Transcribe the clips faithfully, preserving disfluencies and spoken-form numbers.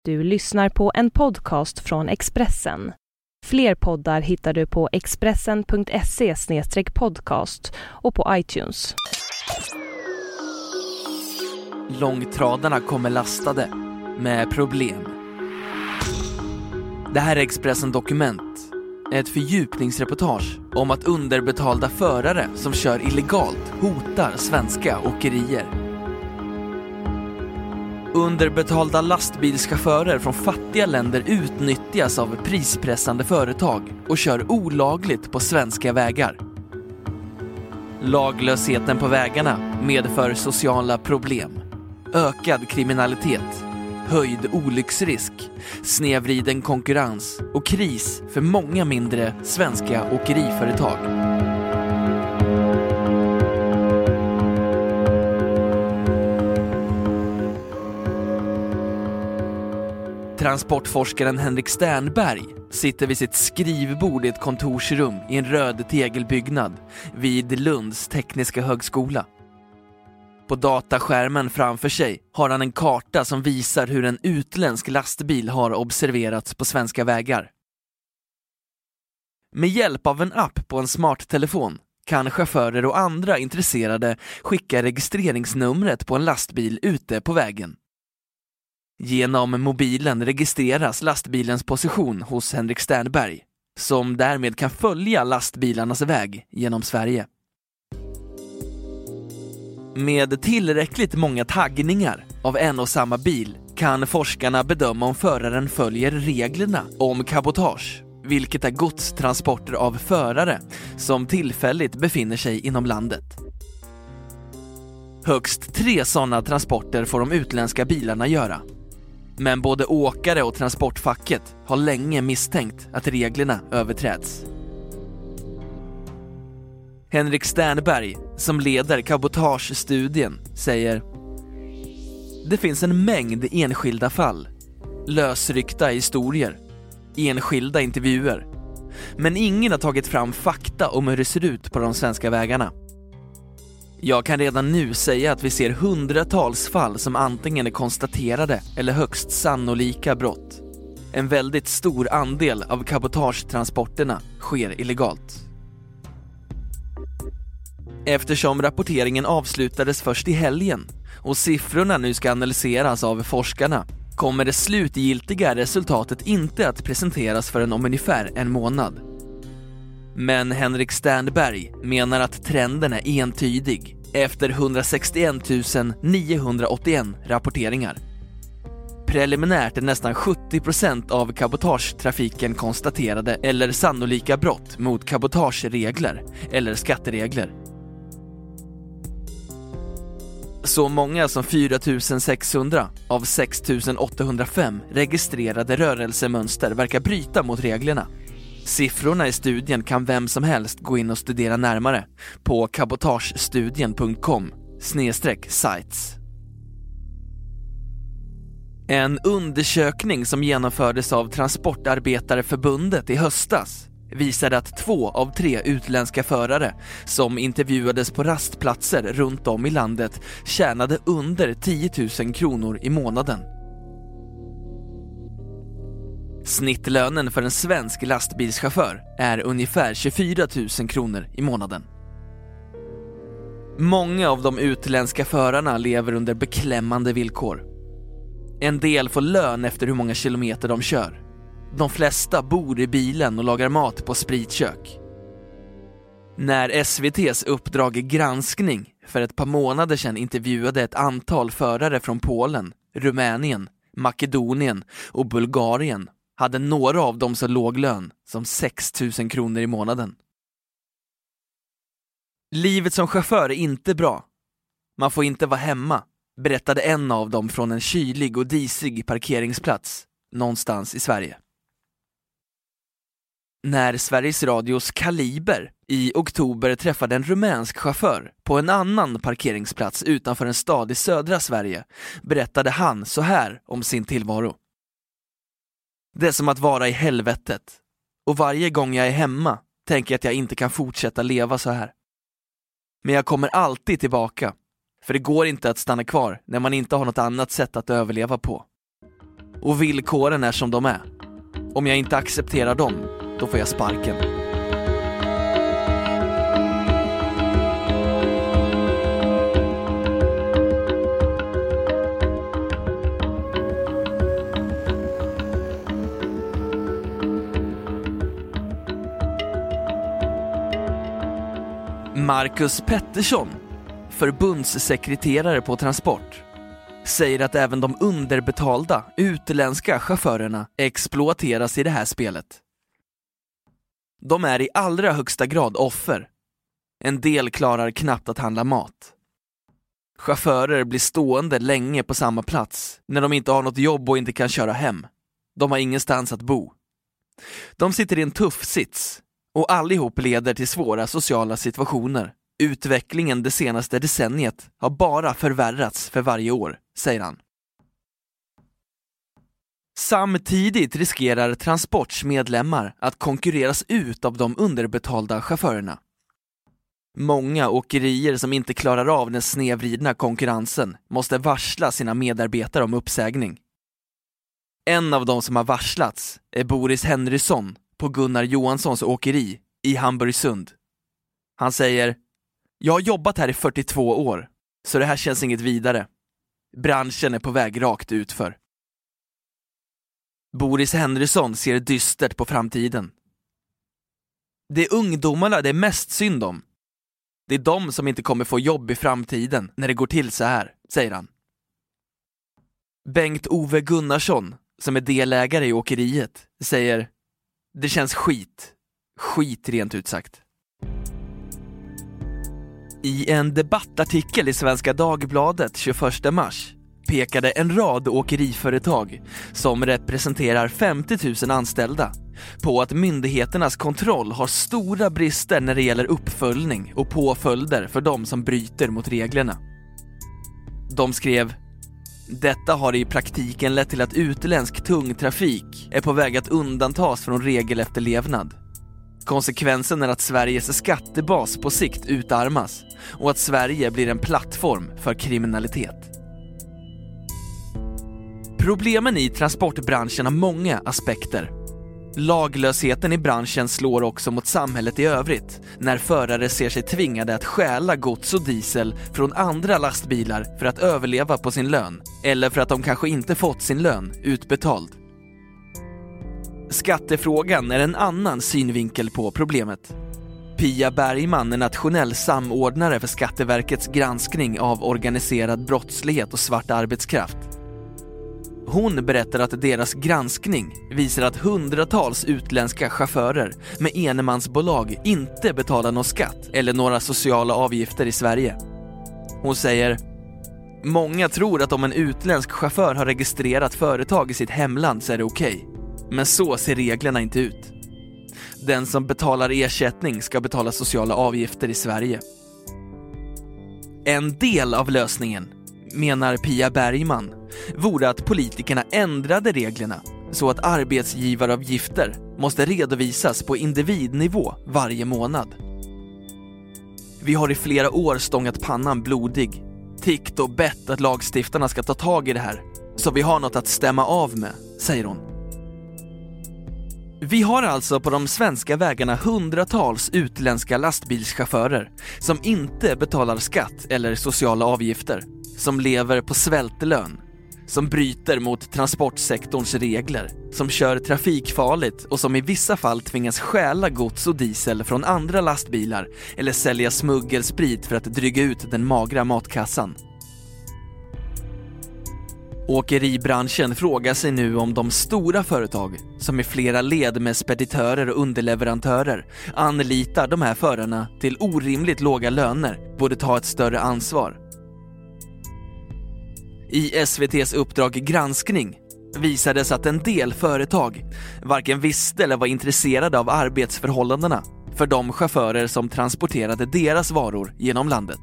Du lyssnar på en podcast från Expressen. Fler poddar hittar du på expressen punkt se slash podcast och på iTunes. Långtradarna kommer lastade med problem. Det här är Expressen Dokument. Ett fördjupningsreportage om att underbetalda förare som kör illegalt hotar svenska åkerier. Underbetalda lastbilschaufförer från fattiga länder utnyttjas av prispressande företag och kör olagligt på svenska vägar. Laglösheten på vägarna medför sociala problem, ökad kriminalitet, höjd olycksrisk, snedvriden konkurrens och kris för många mindre svenska åkeriföretag. Transportforskaren Henrik Sternberg sitter vid sitt skrivbord i ett kontorsrum i en röd tegelbyggnad vid Lunds tekniska högskola. På dataskärmen framför sig har han en karta som visar hur en utländsk lastbil har observerats på svenska vägar. Med hjälp av en app på en smarttelefon kan chaufförer och andra intresserade skicka registreringsnumret på en lastbil ute på vägen. Genom mobilen registreras lastbilens position hos Henrik Sternberg, som därmed kan följa lastbilarnas väg genom Sverige. Med tillräckligt många taggningar av en och samma bil kan forskarna bedöma om föraren följer reglerna om cabotage, vilket är godstransporter av förare som tillfälligt befinner sig inom landet. Högst tre sådana transporter får de utländska bilarna göra. Men både åkare och transportfacket har länge misstänkt att reglerna överträds. Henrik Sternberg, som leder cabotagestudien, säger: det finns en mängd enskilda fall, lösryckta historier, enskilda intervjuer. Men ingen har tagit fram fakta om hur det ser ut på de svenska vägarna. Jag kan redan nu säga att vi ser hundratals fall som antingen är konstaterade eller högst sannolika brott. En väldigt stor andel av cabotagetransporterna sker illegalt. Eftersom rapporteringen avslutades först i helgen och siffrorna nu ska analyseras av forskarna, kommer det slutgiltiga resultatet inte att presenteras förrän om ungefär en månad. Men Henrik Sternberg menar att trenden är entydig efter hundrasextioett tusen niohundraåttioett rapporteringar. Preliminärt är nästan sjuttio procent av cabotagetrafiken konstaterade eller sannolika brott mot cabotageregler eller skatteregler. Så många som fyra tusen sexhundra av sex tusen åttahundrafem registrerade rörelsemönster verkar bryta mot reglerna. Siffrorna i studien kan vem som helst gå in och studera närmare på cabotagestudien punkt com slash sites. En undersökning som genomfördes av Transportarbetareförbundet i höstas visade att två av tre utländska förare som intervjuades på rastplatser runt om i landet tjänade under tio tusen kronor i månaden. Snittlönen för en svensk lastbilschaufför är ungefär tjugofyra tusen kronor i månaden. Många av de utländska förarna lever under beklämmande villkor. En del får lön efter hur många kilometer de kör. De flesta bor i bilen och lagar mat på spritkök. När S V T:s Uppdrag granskning för ett par månader sedan intervjuade ett antal förare från Polen, Rumänien, Makedonien och Bulgarien hade några av dem så låg lön som sex tusen kronor i månaden. Livet som chaufför är inte bra. Man får inte vara hemma, berättade en av dem från en kylig och disig parkeringsplats någonstans i Sverige. När Sveriges Radios Kaliber i oktober träffade en rumänsk chaufför på en annan parkeringsplats utanför en stad i södra Sverige berättade han så här om sin tillvaro. Det är som att vara i helvetet. Och varje gång jag är hemma tänker jag att jag inte kan fortsätta leva så här. Men jag kommer alltid tillbaka. För det går inte att stanna kvar när man inte har något annat sätt att överleva på. Och villkoren är som de är. Om jag inte accepterar dem, då får jag sparken. Marcus Pettersson, förbundssekreterare på Transport, säger att även de underbetalda utländska chaufförerna exploateras i det här spelet. De är i allra högsta grad offer. En del klarar knappt att handla mat. Chaufförer blir stående länge på samma plats när de inte har något jobb och inte kan köra hem. De har ingenstans att bo. De sitter i en tuff sits och allihop leder till svåra sociala situationer. Utvecklingen det senaste decenniet har bara förvärrats för varje år, säger han. Samtidigt riskerar Transports medlemmar att konkurreras ut av de underbetalda chaufförerna. Många åkerier som inte klarar av den snedvridna konkurrensen måste varsla sina medarbetare om uppsägning. En av de som har varslats är Boris Henrysson på Gunnar Johanssons åkeri i Hamburgsund. Han säger: "Jag har jobbat här i fyrtiotvå år, så det här känns inget vidare. Branschen är på väg rakt utför." Boris Henrysson ser dystert på framtiden. Det är ungdomarna det är mest synd om. Det är de som inte kommer få jobb i framtiden när det går till så här, säger han. Bengt-Ove Gunnarsson, som är delägare i åkeriet, säger: "Det känns skit. Skit rent ut sagt." I en debattartikel i Svenska Dagbladet tjugoförsta mars pekade en rad åkeriföretag som representerar femtio tusen anställda på att myndigheternas kontroll har stora brister när det gäller uppföljning och påföljder för de som bryter mot reglerna. De skrev: "Detta har i praktiken lett till att utländsk tung trafik är på väg att undantas från regelefterlevnad. Konsekvensen är att Sveriges skattebas på sikt utarmas och att Sverige blir en plattform för kriminalitet." Problemen i transportbranschen har många aspekter. Laglösheten i branschen slår också mot samhället i övrigt när förare ser sig tvingade att stjäla gods och diesel från andra lastbilar för att överleva på sin lön, eller för att de kanske inte fått sin lön utbetald. Skattefrågan är en annan synvinkel på problemet. Pia Bergman är nationell samordnare för Skatteverkets granskning av organiserad brottslighet och svart arbetskraft. Hon berättar att deras granskning visar att hundratals utländska chaufförer med enmansbolag inte betalar någon skatt eller några sociala avgifter i Sverige. Hon säger: "Många tror att om en utländsk chaufför har registrerat företag i sitt hemland så är det okej. Men så ser reglerna inte ut. Den som betalar ersättning ska betala sociala avgifter i Sverige." En del av lösningen, menar Pia Bergman, vore att politikerna ändrade reglerna så att arbetsgivaravgifter måste redovisas på individnivå varje månad. "Vi har i flera år stångat pannan blodig, tickt och bett att lagstiftarna ska ta tag i det här, så vi har något att stämma av med", säger hon. Vi har alltså på de svenska vägarna hundratals utländska lastbilschaufförer som inte betalar skatt eller sociala avgifter, som lever på svältlön, som bryter mot transportsektorns regler, som kör trafikfarligt och som i vissa fall tvingas stjäla gods och diesel från andra lastbilar eller sälja smuggelsprit för att dryga ut den magra matkassan. Åkeribranschen frågar sig nu om de stora företag, som i flera led med speditörer och underleverantörer anlitar de här förarna till orimligt låga löner, borde ta ett större ansvar. I S V T:s uppdrag granskning visades att en del företag varken visste eller var intresserade av arbetsförhållandena för de chaufförer som transporterade deras varor genom landet.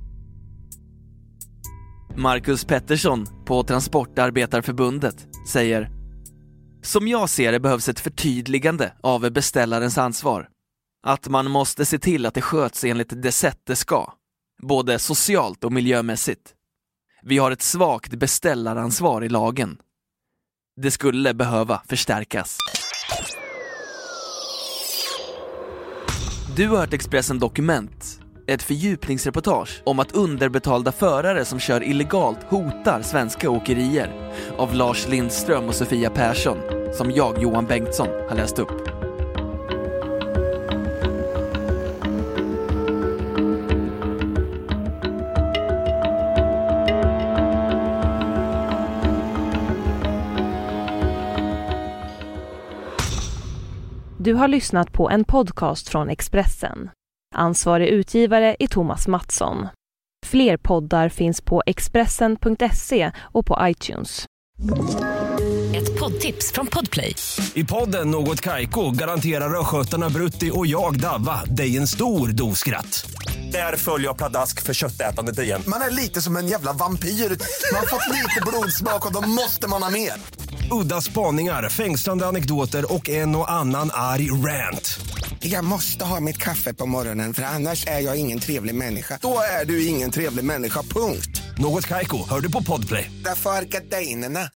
Marcus Pettersson på Transportarbetarförbundet säger: "Som jag ser det behövs ett förtydligande av beställarens ansvar. Att man måste se till att det sköts enligt det sätt det ska, både socialt och miljömässigt. Vi har ett svagt beställaransvar i lagen. Det skulle behöva förstärkas. Du har hört Expressen Dokument, ett fördjupningsreportage om att underbetalda förare som kör illegalt hotar svenska åkerier, av Lars Lindström och Sofia Persson, som jag, Johan Bengtsson, har läst upp. Du har lyssnat på en podcast från Expressen. Ansvarig utgivare är Thomas Mattsson. Fler poddar finns på expressen punkt se och på iTunes. Ett poddtips från Podplay. I podden Något Kaiko garanterar röskötarna Brutti och jag Davva dig en stor dos skratt. Där följer jag pladask för köttätandet igen. Man är lite som en jävla vampyr. Man har fått lite blodsmak och då måste man ha mer. Udda spaningar, fängslande anekdoter och en och annan arg rant. Jag måste ha mitt kaffe på morgonen för annars är jag ingen trevlig människa. Då är du ingen trevlig människa, punkt. Något Kaiko, hör du på Podplay. Därför är gardinerna.